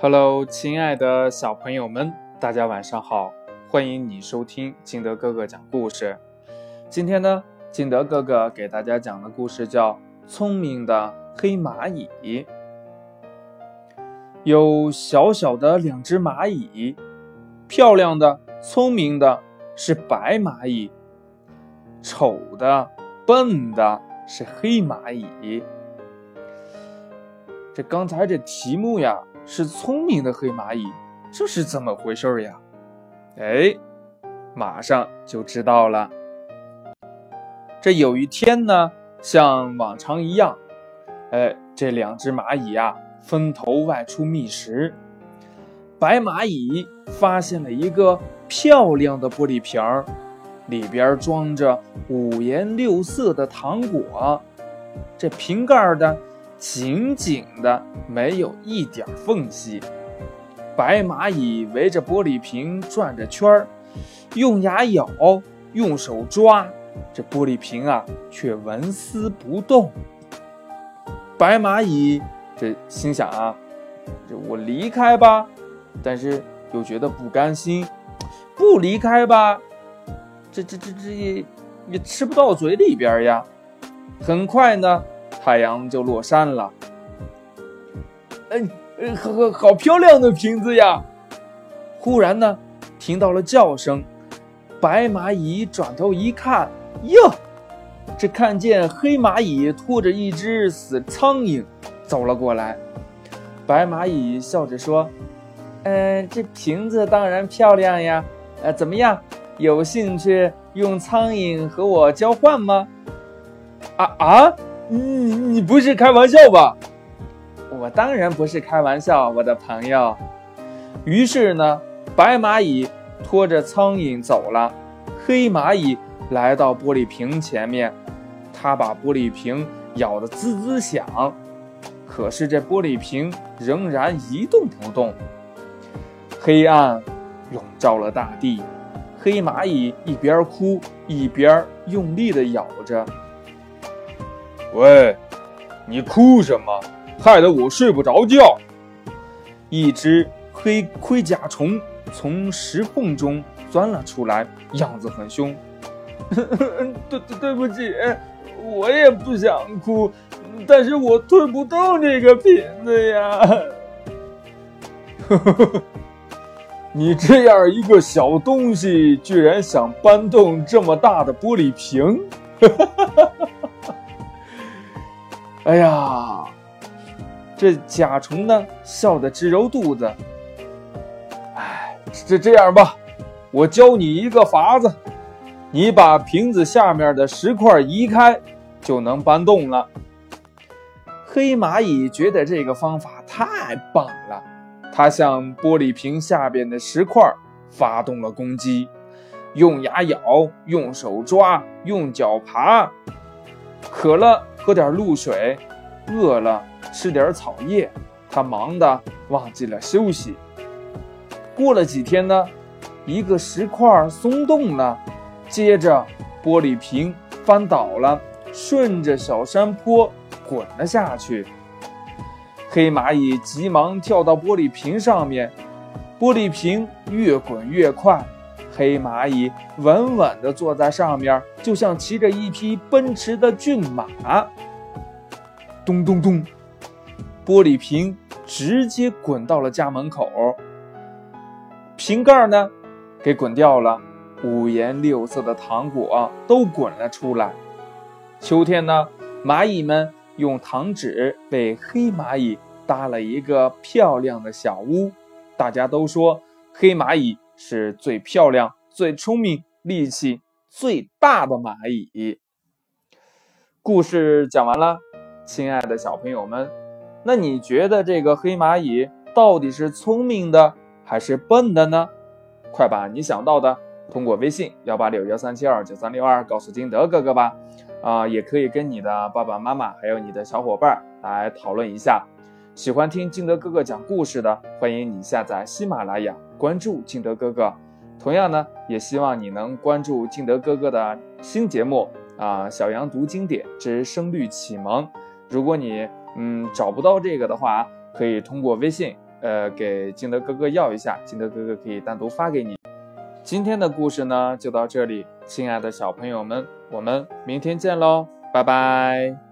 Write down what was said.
Hello， 亲爱的小朋友们，大家晚上好！欢迎你收听金德哥哥讲故事。今天呢，金德哥哥给大家讲的故事叫《聪明的黑蚂蚁》。有小小的两只蚂蚁，漂亮的、聪明的是白蚂蚁，丑的、笨的是黑蚂蚁。刚才这题目呀，是聪明的黑蚂蚁，这是怎么回事呀？马上就知道了。这有一天呢，像往常一样，这两只蚂蚁啊，分头外出觅食。白蚂蚁发现了一个漂亮的玻璃瓶，里边装着五颜六色的糖果，这瓶盖的紧紧的，没有一点缝隙。白蚂蚁围着玻璃瓶转着圈，用牙咬，用手抓，这玻璃瓶啊却纹丝不动。白蚂蚁这心想啊，我离开吧，但是又觉得不甘心，不离开吧，这也吃不到嘴里边呀。很快呢，太阳就落山了。好漂亮的瓶子呀！忽然呢，听到了叫声，白蚂蚁转头一看，哟，这看见黑蚂蚁拖着一只死苍蝇走了过来。白蚂蚁笑着说：这瓶子当然漂亮呀，怎么样，有兴趣用苍蝇和我交换吗？你不是开玩笑吧？我当然不是开玩笑，我的朋友。于是呢，白蚂蚁拖着苍蝇走了，黑蚂蚁来到玻璃瓶前面，他把玻璃瓶咬得滋滋响，可是这玻璃瓶仍然一动不动。黑暗笼罩了大地，黑蚂蚁一边哭一边用力地咬着。喂，你哭什么？害得我睡不着觉。一只黑盔甲虫从石缝中钻了出来，样子很凶。对不起，我也不想哭，但是我推不动这个瓶子呀。你这样一个小东西，居然想搬动这么大的玻璃瓶？哎呀，这甲虫呢，笑得直揉肚子。这样吧，我教你一个法子，你把瓶子下面的石块移开，就能搬动了。黑蚂蚁觉得这个方法太棒了，它向玻璃瓶下边的石块发动了攻击，用牙咬，用手抓，用脚爬，渴了喝点露水，饿了吃点草叶，他忙得忘记了休息。过了几天呢，一个石块松动了，接着玻璃瓶翻倒了，顺着小山坡滚了下去。黑蚂蚁急忙跳到玻璃瓶上面，玻璃瓶越滚越快，黑蚂蚁稳稳地坐在上面，就像骑着一匹奔驰的骏马。咚咚咚，玻璃瓶直接滚到了家门口，瓶盖呢给滚掉了，五颜六色的糖果都滚了出来。秋天呢，蚂蚁们用糖纸为黑蚂蚁搭了一个漂亮的小屋，大家都说黑蚂蚁是最漂亮、最聪明、力气最大的蚂蚁。故事讲完了，亲爱的小朋友们，那你觉得这个黑蚂蚁到底是聪明的还是笨的呢？快把你想到的通过微信18613729362告诉金德哥哥吧。也可以跟你的爸爸妈妈还有你的小伙伴来讨论一下。喜欢听金德哥哥讲故事的，欢迎你下载喜马拉雅，关注金德哥哥。同样呢，也希望你能关注金德哥哥的新节目小羊读经典之声律启蒙。如果你找不到这个的话，可以通过微信给金德哥哥要一下，金德哥哥可以单独发给你。今天的故事呢就到这里，亲爱的小朋友们，我们明天见喽，拜拜。